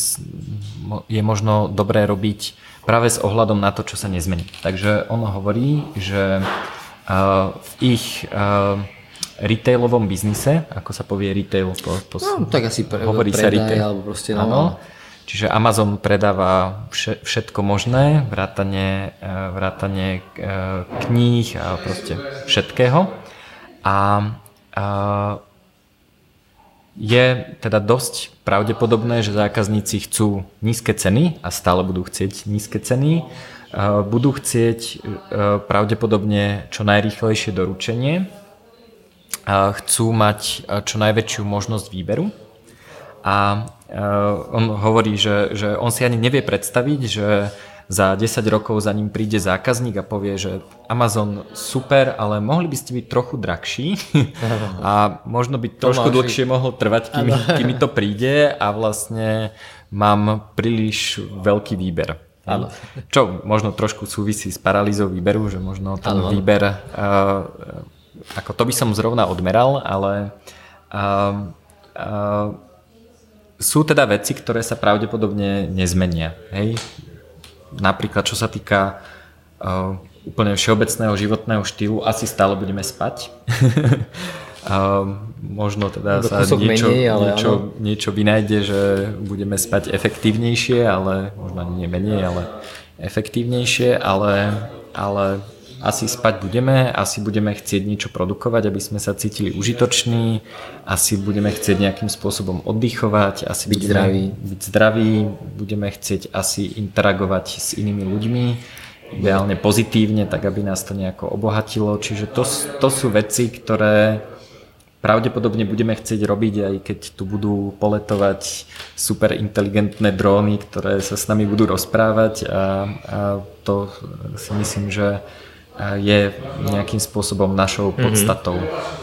je možno dobré robiť práve s ohľadom na to, čo sa nezmení. Takže on hovorí, že v ich retailovom biznise, ako sa povie retail, po, po, no, tak asi pre, hovorí predaj, sa retail. Alebo proste, no. Áno. Čiže Amazon predáva všetko možné, vrátane, vrátane kníh a proste všetkého. A, a je teda dosť pravdepodobné, že zákazníci chcú nízke ceny a stále budú chcieť nízke ceny. Budú chcieť pravdepodobne čo najrýchlejšie doručenie. Chcú mať čo najväčšiu možnosť výberu. A on hovorí, že, že on si ani nevie predstaviť, že za desať rokov za ním príde zákazník a povie, že Amazon super, ale mohli by ste byť trochu drahší a možno by trošku dlhšie mohlo trvať, kým, kým mi to príde a vlastne mám príliš veľký výber. Áno. Čo možno trošku súvisí s paralýzou výberu, že možno ten ano. výber, uh, ako to by som zrovna odmeral, ale uh, uh, sú teda veci, ktoré sa pravdepodobne nezmenia. Hej? Napríklad, čo sa týka uh, úplne všeobecného životného štýlu, asi stále budeme spať. A možno teda sa niečo, menej, ale niečo, niečo vynájde, že budeme spať efektívnejšie, ale možno ani nie menej, ale efektívnejšie, ale, ale asi spať budeme, asi budeme chcieť niečo produkovať, aby sme sa cítili užitoční, asi budeme chcieť nejakým spôsobom oddychovať, asi byť zdraví, byť zdraví, budeme chcieť asi interagovať s inými ľuďmi, ideálne pozitívne, tak aby nás to nejako obohatilo, čiže to, to sú veci, ktoré pravdepodobne budeme chcieť robiť, aj keď tu budú poletovať super inteligentné dróny, ktoré sa s nami budú rozprávať a, a to si myslím, že je nejakým spôsobom našou podstatou.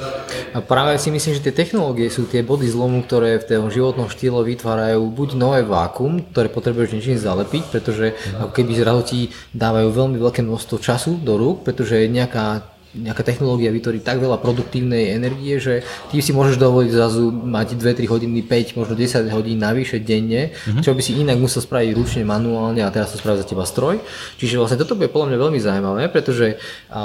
A práve si myslím, že tie technológie sú tie body zlomu, ktoré v tom životnom štýle vytvárajú buď nové vákum, ktoré potrebuješ niečím zalepiť, pretože ako keby zrazu ti dávajú veľmi veľké množstvo času do rúk, pretože nejaká nejaká technológia vytvorí tak veľa produktívnej energie, že ty si môžeš dovoliť zrazu mať dve tri hodiny, päť, možno desať hodín navyše denne, mm-hmm. čo by si inak musel spraviť ručne, manuálne a teraz to spraví za teba stroj. Čiže vlastne toto bude podľa mňa veľmi zaujímavé, pretože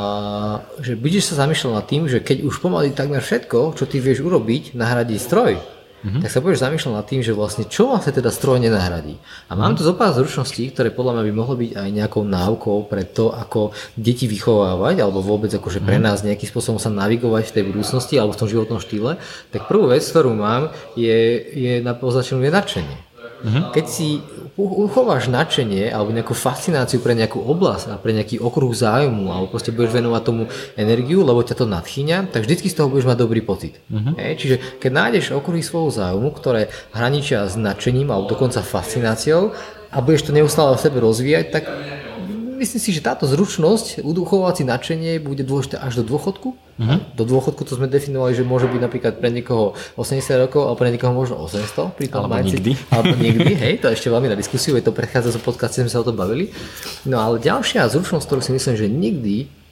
a, že budeš sa zamýšľať nad tým, že keď už pomaly takmer všetko, čo ty vieš urobiť, nahradí stroj, Mm-hmm. tak sa budeš zamýšľať nad tým, že vlastne čo vlastne teda stroj nenahradí. A mám tu zopár zručností, ktoré podľa mňa by mohlo byť aj nejakou náukou pre to, ako deti vychovávať, alebo vôbec akože pre nás nejakým spôsobom sa navigovať v tej budúcnosti alebo v tom životnom štýle. Tak prvú vec, ktorú mám, je, je na označenú je nadšenie. Mm-hmm. Keď si uchováš nadšenie alebo nejakú fascináciu pre nejakú oblasť a pre nejaký okruh záujmu alebo proste budeš venovať tomu energiu, lebo ťa to nadchýňa, tak vždycky z toho budeš mať dobrý pocit. Mm-hmm. Hej, čiže keď nájdeš okruhy svojho záujmu, ktoré hraničia s nadšením alebo dokonca fascináciou a budeš to neustále v sebe rozvíjať, tak myslím si, že táto zručnosť, uchovávať si nadšenie bude dôležité až do dôchodku. Uh-huh. Do dôchodku to sme definovali, že môže byť napríklad pre niekoho osemdesiat rokov, ale pre niekoho možno osemsto. Pri tom alebo majci, nikdy. Alebo nikdy, hej, to ešte veľmi na diskusiu, je to predchádzajúcom podcaste, sme sa o tom bavili. No ale ďalšia zručnosť, ktorú si myslím, že nikdy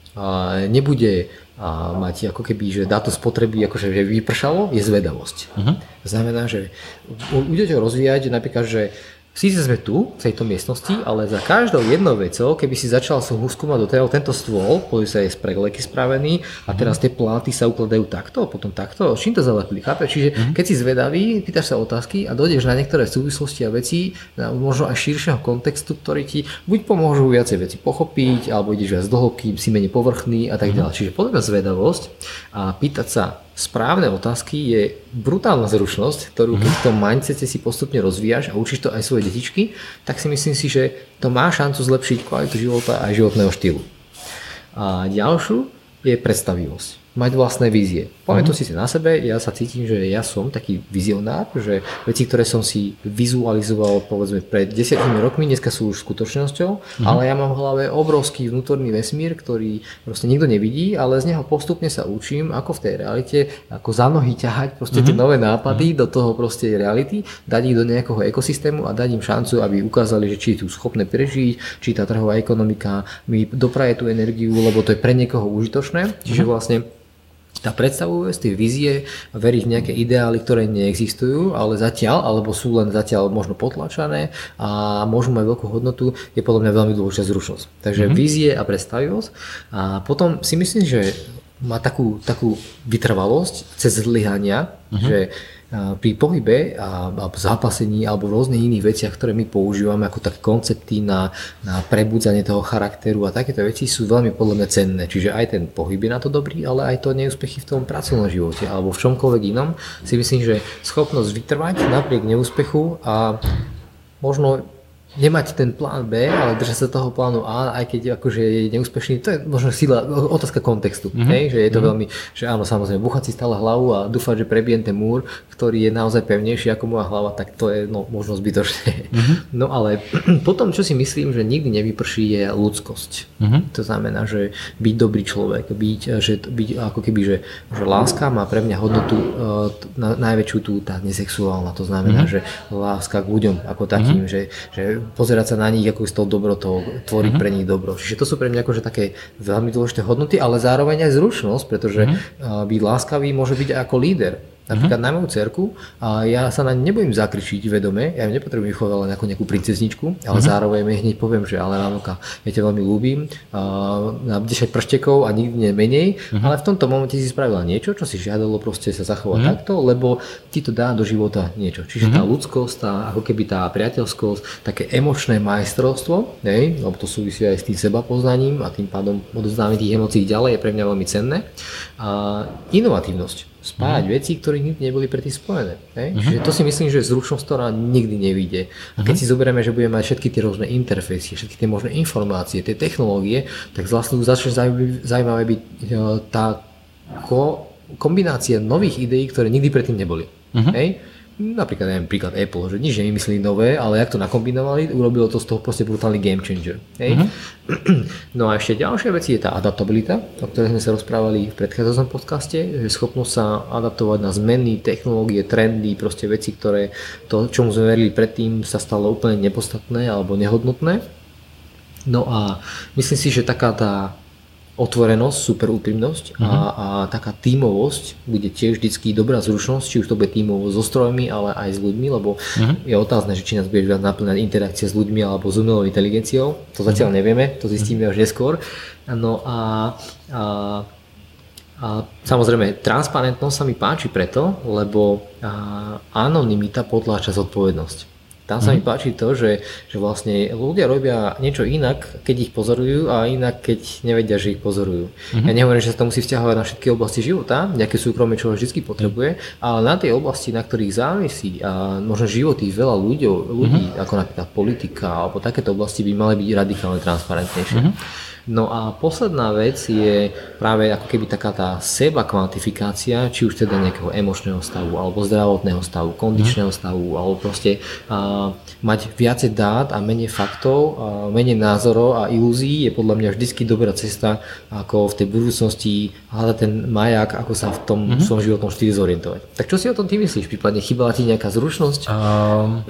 a, nebude a, mať ako keby, že dátum spotreby akože že vypršalo, je zvedavosť. Uh-huh. Znamená, že budete ho rozvíjať napríklad, že síce sme tu, v tejto miestnosti, ale za každou jednou vecou, keby si začal som skúmať do toho, tento stôl, povie sa je z pregleky spravený a teraz tie pláty sa ukladajú takto, potom takto, čím to zalepili, chápeš? Čiže mm-hmm. keď si zvedavý, pýtaš sa otázky a dojdeš na niektoré súvislosti a veci, na možno aj širšieho kontextu, ktorý ti buď pomôžu viacej veci pochopiť, alebo ideš viac do hĺbky, si menej povrchný a tak ďalej. Čiže podľa mňa zvedavosť a pýtať sa správne otázky je brutálna zručnosť, ktorú keď v tom mindsete si postupne rozvíjaš a učíš to aj svoje detičky, tak si myslím si, že to má šancu zlepšiť kvalitu života a životného štýlu. A ďalšiu je predstavivosť. Mať vlastné vízie. Poviem to si na sebe, ja sa cítim, že ja som taký vizionár, že veci, ktoré som si vizualizoval povedzme pred desiatimi rokmi, dneska sú už skutočnosťou, mm-hmm. ale ja mám v hlave obrovský vnútorný vesmír, ktorý proste nikto nevidí, ale z neho postupne sa učím, ako v tej realite, ako za nohy ťahať proste mm-hmm. tie nové nápady mm-hmm. do toho proste reality, dať ich do nejakého ekosystému a dať im šancu, aby ukázali, že či sú schopné prežiť, či tá trhová ekonomika mi dopraje tú energiu, lebo to je pre niekoho užitočné. Čiže vlastne tá predstavuje tie vízie, veriť v nejaké ideály, ktoré neexistujú, ale zatiaľ, alebo sú len zatiaľ možno potlačané a môžu mať veľkú hodnotu, je podľa mňa veľmi dôležitá zručnosť. Takže mm-hmm. vízie a predstavivosť. A potom si myslím, že má takú, takú vytrvalosť cez zlyhania, mm-hmm. že pri pohybe a, a zápasení alebo rôznych iných veciach, ktoré my používame ako také koncepty na, na prebudzanie toho charakteru a takéto veci sú veľmi podľa mňa cenné. Čiže aj ten pohyb je na to dobrý, ale aj to neúspechy v tom pracovnom živote alebo v čomkoľvek inom si myslím, že schopnosť vytrvať napriek neúspechu a možno nemať ten plán B, ale držať sa toho plánu A, aj keď akože je neúspešný, to je možno sila, otázka kontextu, mm-hmm. hej? Že je to mm-hmm. veľmi, že áno, samozrejme, búchať si stále hlavu a dúfať, že prebijem ten múr, ktorý je naozaj pevnejší ako moja hlava, tak to je no, možno zbytočné. Mm-hmm. No ale potom, čo si myslím, že nikdy nevyprší, je ľudskosť. Mm-hmm. To znamená, že byť dobrý človek, byť, že, byť ako keby, že, že láska má pre mňa hodnotu na, najväčšiu tú tá nesexuálna, to znamená, mm-hmm. že láska k ľuďom ako takým, mm-hmm. že, že pozerať sa na nich ako s tou dobrotou, tvoriť mm-hmm. pre nich dobro. Čiže to sú pre mňa akože také veľmi dôležité hodnoty, ale zároveň aj zručnosť, pretože mm-hmm. byť láskavý môže byť ako líder. Napríklad uh-huh. na moju dcerku a ja sa na ne nebudem zakričiť vedome, ja ju nepotrebujem vychovať len ako nejakú princezničku, ale uh-huh. zároveň jej hneď poviem, že ale Ránoka, ja ťa veľmi ľúbim, na desať prštekov a nikdy nemenej, uh-huh. ale v tomto momente si spravila niečo, čo si žiadalo proste sa zachovať uh-huh. takto, lebo ti to dá do života niečo. Čiže uh-huh. tá ľudskosť, tá, ako keby tá priateľskosť, také emočné majstrovstvo, hej, lebo to súvisí aj s tým seba poznaním a tým pádom odozdávanie tých emócií ďalej je pre mňa veľmi cenné. A inovatívnosť. Spájať uh-huh. veci, ktoré nikdy neboli predtým spojené. Uh-huh. Čiže to si myslím, že zručnosť, ktorá nikdy nevyjde. A keď uh-huh. si zoberieme, že budeme mať všetky tie rôzne interfejsy, všetky tie možné informácie, tie technológie, tak vlastne začne zaujímavé byť tá ko- kombinácia nových ideí, ktoré nikdy predtým neboli. Uh-huh. Hej? Napríklad, neviem, príklad Apple, že nič nevymysleli nové, ale jak to nakombinovali, urobilo to z toho proste brutálny game changer. Hej? Uh-huh. No a ešte ďalšia vec je tá adaptabilita, o ktorej sme sa rozprávali v predchádzajúcom podcaste, že schopnosť sa adaptovať na zmeny, technológie, trendy, proste veci, ktoré to, čomu sme verili predtým, sa stalo úplne nepodstatné alebo nehodnotné. No a myslím si, že taká tá otvorenosť, super úprimnosť uh-huh. a, a taká tímovosť bude tiež vždycky dobrá zručnosť, či už to bude tímovosť so strojmi, ale aj s ľuďmi, lebo uh-huh. je otázne, že či nás bude viac naplňať interakcia s ľuďmi alebo s umelou inteligenciou. To zatiaľ uh-huh. nevieme, to zistíme uh-huh. až neskôr. No a, a, a samozrejme, transparentnosť sa mi páči preto, lebo a, anonymita potláča zodpovednosť. Tam sa mm. mi páči to, že, že vlastne ľudia robia niečo inak, keď ich pozorujú a inak, keď nevedia, že ich pozorujú. Mm-hmm. Ja nehovorím, že sa to musí vzťahovať na všetky oblasti života, nejaké súkromie človek vždy potrebuje, ale na tej oblasti, na ktorých závisí a možno životy veľa ľudí, ľudí mm-hmm. ako napríklad politika alebo takéto oblasti by mali byť radikálne transparentnejšie. Mm-hmm. No a posledná vec je práve ako keby taká tá seba kvantifikácia, či už teda nejakého emočného stavu, alebo zdravotného stavu, kondičného stavu, alebo proste a, mať viacej dát a menej faktov, a menej názorov a ilúzií je podľa mňa vždycky dobrá cesta, ako v tej budúcnosti hľadať ten maják, ako sa v tom mm-hmm. svojom životnom štýle zorientovať. Tak čo si o tom ty myslíš? Prípadne chýbala ti nejaká zručnosť? Um,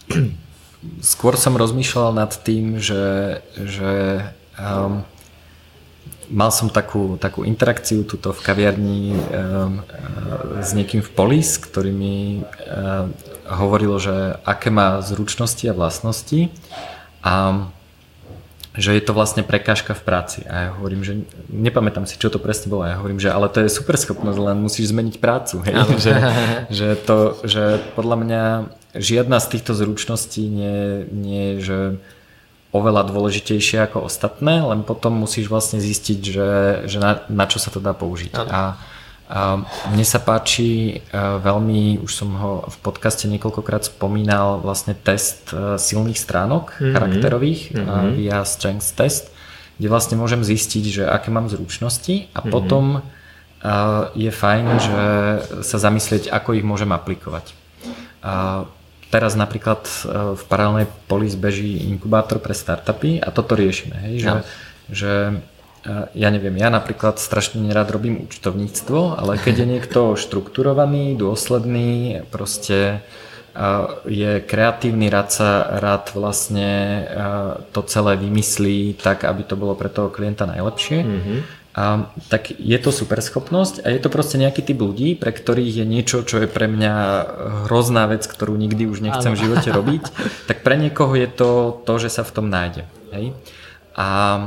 skôr som rozmýšľal nad tým, že, že Um, mal som takú, takú interakciu tuto v kaviarni um, uh, s niekým v Polis, ktorý mi uh, hovoril, že aké má zručnosti a vlastnosti a že je to vlastne prekážka v práci. A ja hovorím, že nepamätám si, čo to presne bolo. A ja hovorím, že ale to je super schopnosť, len musíš zmeniť prácu. Hej? že, že, to, že podľa mňa žiadna z týchto zručností nie, nie je, že oveľa dôležitejšie ako ostatné, len potom musíš vlastne zistiť, že, že na, na čo sa to dá použiť. A, a mne sa páči veľmi, už som ho v podcaste niekoľkokrát spomínal, vlastne test silných stránok mm-hmm. charakterových mm-hmm. via Strengths Test, kde vlastne môžem zistiť, že aké mám zručnosti a mm-hmm. potom je fajn, že sa zamyslieť, ako ich môžem aplikovať. A teraz napríklad v paralelnej Polis beží inkubátor pre startupy a toto riešime, hej, že, no. že ja neviem, ja napríklad strašne nerád robím účtovníctvo, ale keď je niekto štrukturovaný, dôsledný, proste je kreatívny, rád sa rád vlastne to celé vymyslí tak, aby to bolo pre toho klienta najlepšie. Mm-hmm. A, tak je to super schopnosť a je to proste nejaký typ ľudí, pre ktorých je niečo, čo je pre mňa hrozná vec, ktorú nikdy už nechcem v živote robiť, tak pre niekoho je to to, že sa v tom nájde. Hej? A,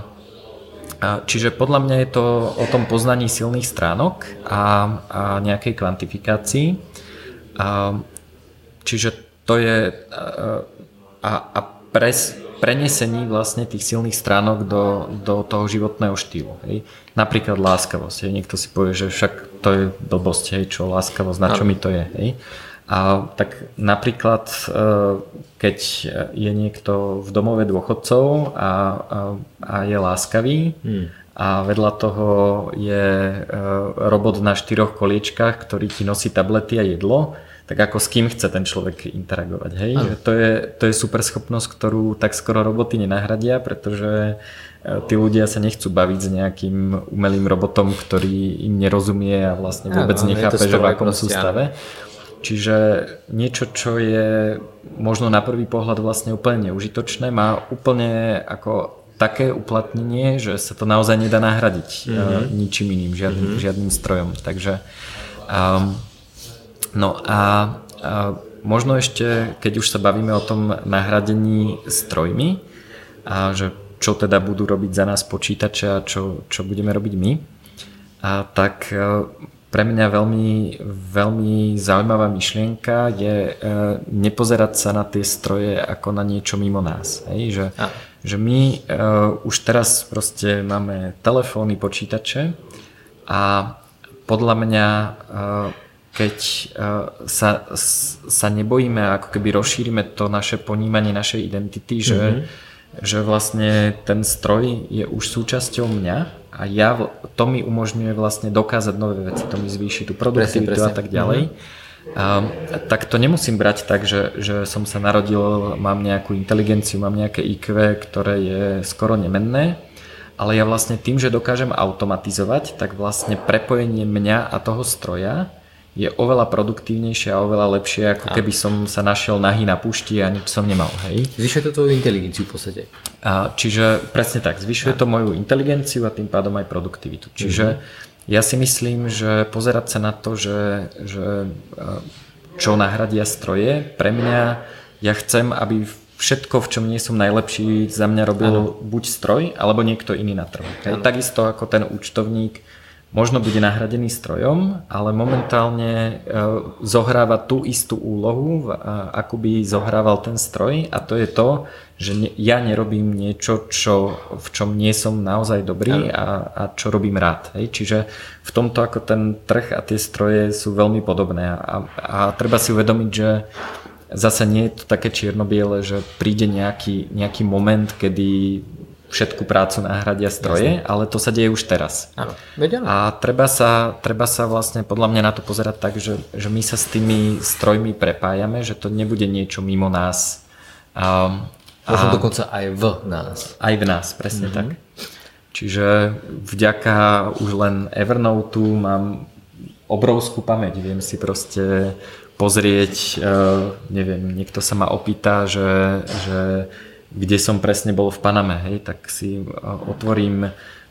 a čiže podľa mňa je to o tom poznaní silných stránok a, a nejakej kvantifikácii. A, čiže to je a, a pres prenesení vlastne tých silných stránok do, do toho životného štýlu. Hej. Napríklad láskavosť. Hej. Niekto si povie, že však to je blbosť, hej, čo láskavosť, na čo mi to je. Hej. A tak napríklad, keď je niekto v domove dôchodcov a, a, a je láskavý hmm. a vedľa toho je robot na štyroch koliečkách, ktorý ti nosí tablety a jedlo, tak ako s kým chce ten človek interagovať. Hej? Že to, je, to je super schopnosť, ktorú tak skoro roboty nenahradia, pretože tí ľudia sa nechcú baviť s nejakým umelým robotom, ktorý im nerozumie a vlastne vôbec ano, nechápe, že v akom sú stave. Čiže niečo, čo je možno na prvý pohľad vlastne úplne neužitočné, má úplne ako také uplatnenie, že sa to naozaj nedá nahradiť mm-hmm. ničím iným, žiadnym, mm-hmm. žiadnym strojom. Takže um, no a, a možno ešte, keď už sa bavíme o tom nahradení strojmi a že čo teda budú robiť za nás počítače a čo, čo budeme robiť my, a tak pre mňa veľmi, veľmi zaujímavá myšlienka je e, nepozerať sa na tie stroje ako na niečo mimo nás. Hej? Že, že my e, už teraz proste máme telefóny, počítače a podľa mňa e, keď e, sa, sa nebojíme, ako keby rozšírime to naše ponímanie našej identity, že, mm-hmm. že vlastne ten stroj je už súčasťou mňa, a ja, to mi umožňuje vlastne dokázať nové veci, to mi zvýši tú produktivitu presne, presne. A tak ďalej. Mm-hmm. Um, tak to nemusím brať tak, že, že som sa narodil, mám nejakú inteligenciu, mám nejaké í kvé, ktoré je skoro nemenné, ale ja vlastne tým, že dokážem automatizovať, tak vlastne prepojenie mňa a toho stroja je oveľa produktívnejšie a oveľa lepšie, ako keby som sa našiel nahý na púšti a nič som nemal. Hej. Zvyšuje to tvoju inteligenciu v podstate. A, čiže presne tak, zvyšuje to moju inteligenciu a tým pádom aj produktivitu. Čiže mm-hmm. ja si myslím, že pozerať sa na to, že, že čo nahradia stroje, pre mňa, ja chcem, aby všetko, v čom nie som najlepší, za mňa robil ano. Buď stroj, alebo niekto iný na trhu. Takisto ako ten účtovník možno byť nahradený strojom, ale momentálne zohráva tú istú úlohu, ako by zohrával ten stroj, a to je to, že ja nerobím niečo, čo, v čom nie som naozaj dobrý a, a čo robím rád. Hej? Čiže v tomto ako ten trh a tie stroje sú veľmi podobné a, a treba si uvedomiť, že zase nie je to také čierno-biele, že príde nejaký, nejaký moment, kedy všetku prácu nahradia stroje, jasne. Ale to sa deje už teraz. Áno. A treba sa, treba sa vlastne podľa mňa na to pozerať tak, že, že my sa s tými strojmi prepájame, že to nebude niečo mimo nás. Um, Možno a dokonca aj v nás. Aj v nás, presne mm-hmm. tak. Čiže vďaka už len Evernoteu mám obrovskú pamäť. Viem si proste pozrieť, uh, neviem, niekto sa ma opýta, že, že kde som presne bol v Paname, hej, tak si otvorím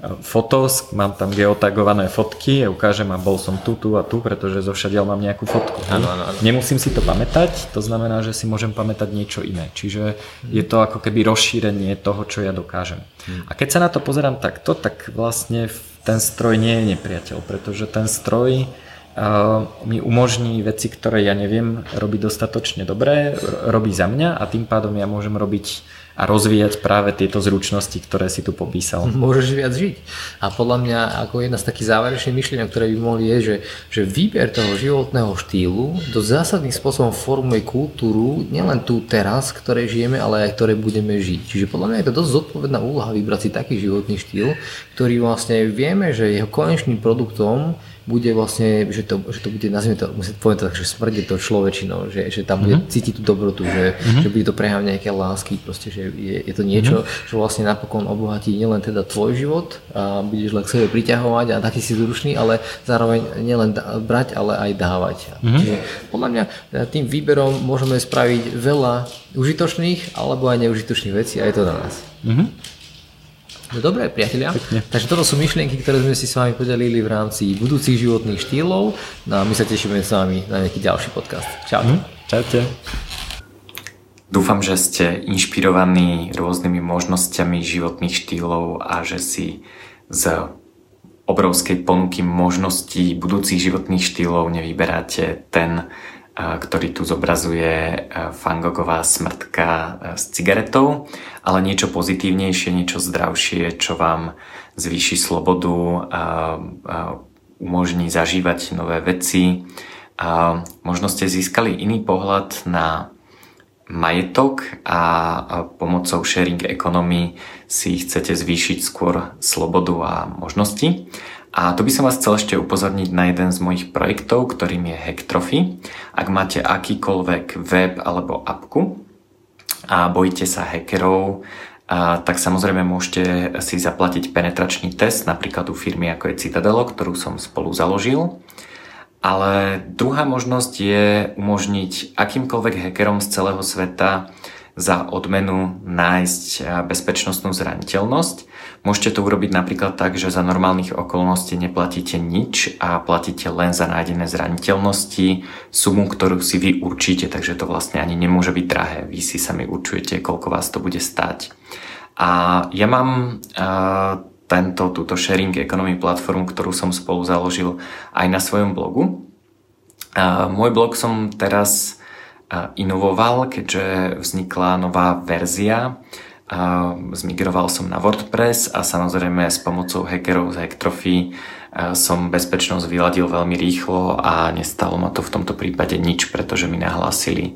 fotos, mám tam geotagované fotky a ukážem, a bol som tu, tu a tu, pretože zovšadiaľ mám nejakú fotku. Hej. Ano, ano, ano. Nemusím si to pamätať, to znamená, že si môžem pamätať niečo iné. Čiže hmm. je to ako keby rozšírenie toho, čo ja dokážem. Hmm. A keď sa na to pozerám takto, tak vlastne ten stroj nie je nepriateľ, pretože ten stroj Uh, mi umožní veci, ktoré ja neviem robiť dostatočne dobre, robí za mňa a tým pádom ja môžem robiť a rozvíjať práve tieto zručnosti, ktoré si tu popísal. Môžeš viac žiť. A podľa mňa ako jedna z takých záverečných myšlienok, ktoré by mohli je, že, že výber toho životného štýlu do zásadným spôsobom formuje kultúru nielen tu teraz, ktoré žijeme, ale aj ktoré budeme žiť. Čiže podľa mňa je to dosť zodpovedná úloha vybrať si taký životný štýl, ktorý vlastne vieme, že jeho konečným produktom bude vlastne, že to, že to bude, nazvime to, musím povedať tak, že smrdie to človečinou, že, že tam bude mm-hmm. cítiť tú dobrotu, že, mm-hmm. že bude to preháňať nejaké lásky, proste, že je, je to niečo, mm-hmm. čo vlastne napokon obohatí nielen teda tvoj život a budeš len k sebe priťahovať a taký si zručný, ale zároveň nielen brať, ale aj dávať. Mm-hmm. Čiže podľa mňa tým výberom môžeme spraviť veľa užitočných alebo aj neužitočných vecí a je to na nás. Mm-hmm. No dobré, priatelia. Pekne. Takže toto sú myšlienky, ktoré sme si s vami podelili v rámci budúcich životných štýlov. No a my sa tešíme s vami na nejaký ďalší podcast. Čaute. Mm, čaute. Dúfam, že ste inšpirovaní rôznymi možnosťami životných štýlov a že si z obrovskej ponuky možností budúcich životných štýlov nevyberáte ten, ktorý tu zobrazuje Van Gogová smrtka s cigaretou, ale niečo pozitívnejšie, niečo zdravšie, čo vám zvýši slobodu, umožní zažívať nové veci, A možno ste získali iný pohľad na majetok a pomocou sharing economy si chcete zvýšiť skôr slobodu a možnosti. A tu by som vás chcel ešte upozorniť na jeden z mojich projektov, ktorým je Hacktrophy. Ak máte akýkoľvek web alebo apku a bojíte sa hackerov, a tak samozrejme môžete si zaplatiť penetračný test, napríklad u firmy ako je Citadelo, ktorú som spolu založil. Ale druhá možnosť je umožniť akýmkoľvek hackerom z celého sveta za odmenu nájsť bezpečnostnú zraniteľnosť. Môžete to urobiť napríklad tak, že za normálnych okolností neplatíte nič a platíte len za nájdené zraniteľnosti sumu, ktorú si vy určíte, takže to vlastne ani nemôže byť drahé. Vy si sami určujete, koľko vás to bude stáť. A ja mám uh, tento, túto sharing economy platformu, ktorú som spolu založil aj na svojom blogu. Uh, môj blog som teraz inovoval, keďže vznikla nová verzia. Zmigroval som na WordPress a samozrejme s pomocou hackerov z Hacktrophy som bezpečnosť vyladil veľmi rýchlo a nestalo ma to v tomto prípade nič, pretože mi nahlásili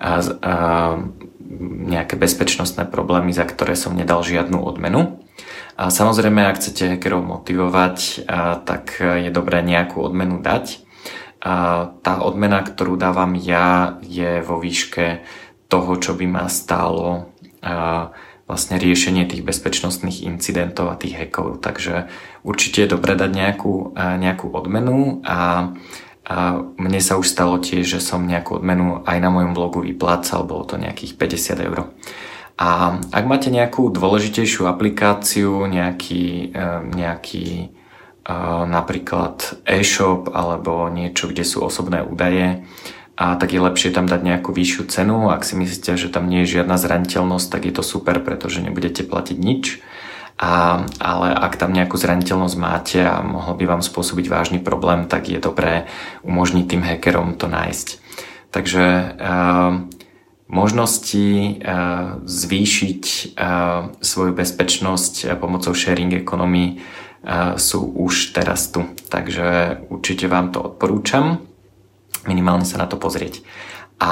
nejaké bezpečnostné problémy, za ktoré som nedal žiadnu odmenu. A samozrejme, ak chcete hackerov motivovať, tak je dobré nejakú odmenu dať. A tá odmena, ktorú dávam ja, je vo výške toho, čo by ma stálo vlastne riešenie tých bezpečnostných incidentov a tých hackov. Takže určite je dobré dať nejakú, nejakú odmenu a, a mne sa už stalo tiež, že som nejakú odmenu aj na mojom blogu vyplácal, bolo to nejakých päťdesiat eur. A ak máte nejakú dôležitejšiu aplikáciu, nejaký, nejaký napríklad e-shop alebo niečo, kde sú osobné údaje, a tak je lepšie tam dať nejakú vyššiu cenu. Ak si myslíte, že tam nie je žiadna zraniteľnosť, tak je to super, pretože nebudete platiť nič. A, ale ak tam nejakú zraniteľnosť máte a mohol by vám spôsobiť vážny problém, tak je dobré umožniť tým hackerom to nájsť. Takže uh, možnosti uh, zvýšiť uh, svoju bezpečnosť pomocou sharing economy sú už teraz tu. Takže určite vám to odporúčam minimálne sa na to pozrieť. A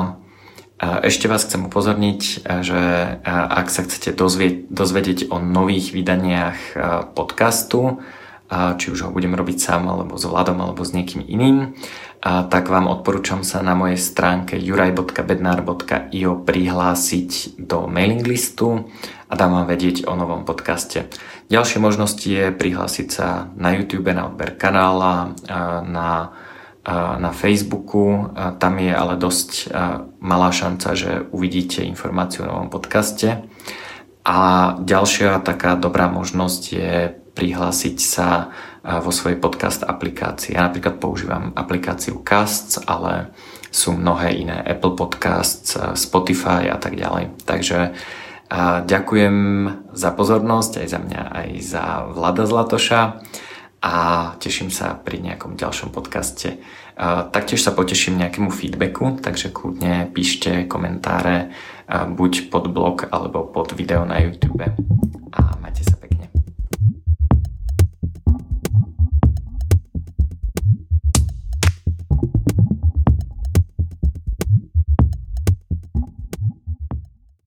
ešte vás chcem upozorniť, že ak sa chcete dozvieť, dozvedieť o nových vydaniach podcastu, či už ho budem robiť sám, alebo s Vladom, alebo s niekým iným, tak vám odporúčam sa na mojej stránke juraj bodka bednár bodka io prihlásiť do mailing listu a dám vám vedieť o novom podcaste. Ďalšie možnosti je prihlásiť sa na YouTube, na odber kanála, na, na Facebooku. Tam je ale dosť malá šanca, že uvidíte informáciu o novom podcaste. A ďalšia taká dobrá možnosť je prihlásiť sa vo svojej podcast aplikácii. Ja napríklad používam aplikáciu Casts, ale sú mnohé iné, Apple Podcasts, Spotify a tak ďalej. Takže a ďakujem za pozornosť aj za mňa, aj za Vlada Zlatoša a teším sa pri nejakom ďalšom podcaste. A taktiež sa poteším nejakému feedbacku, takže kľudne píšte komentáre buď pod blog alebo pod video na YouTube. A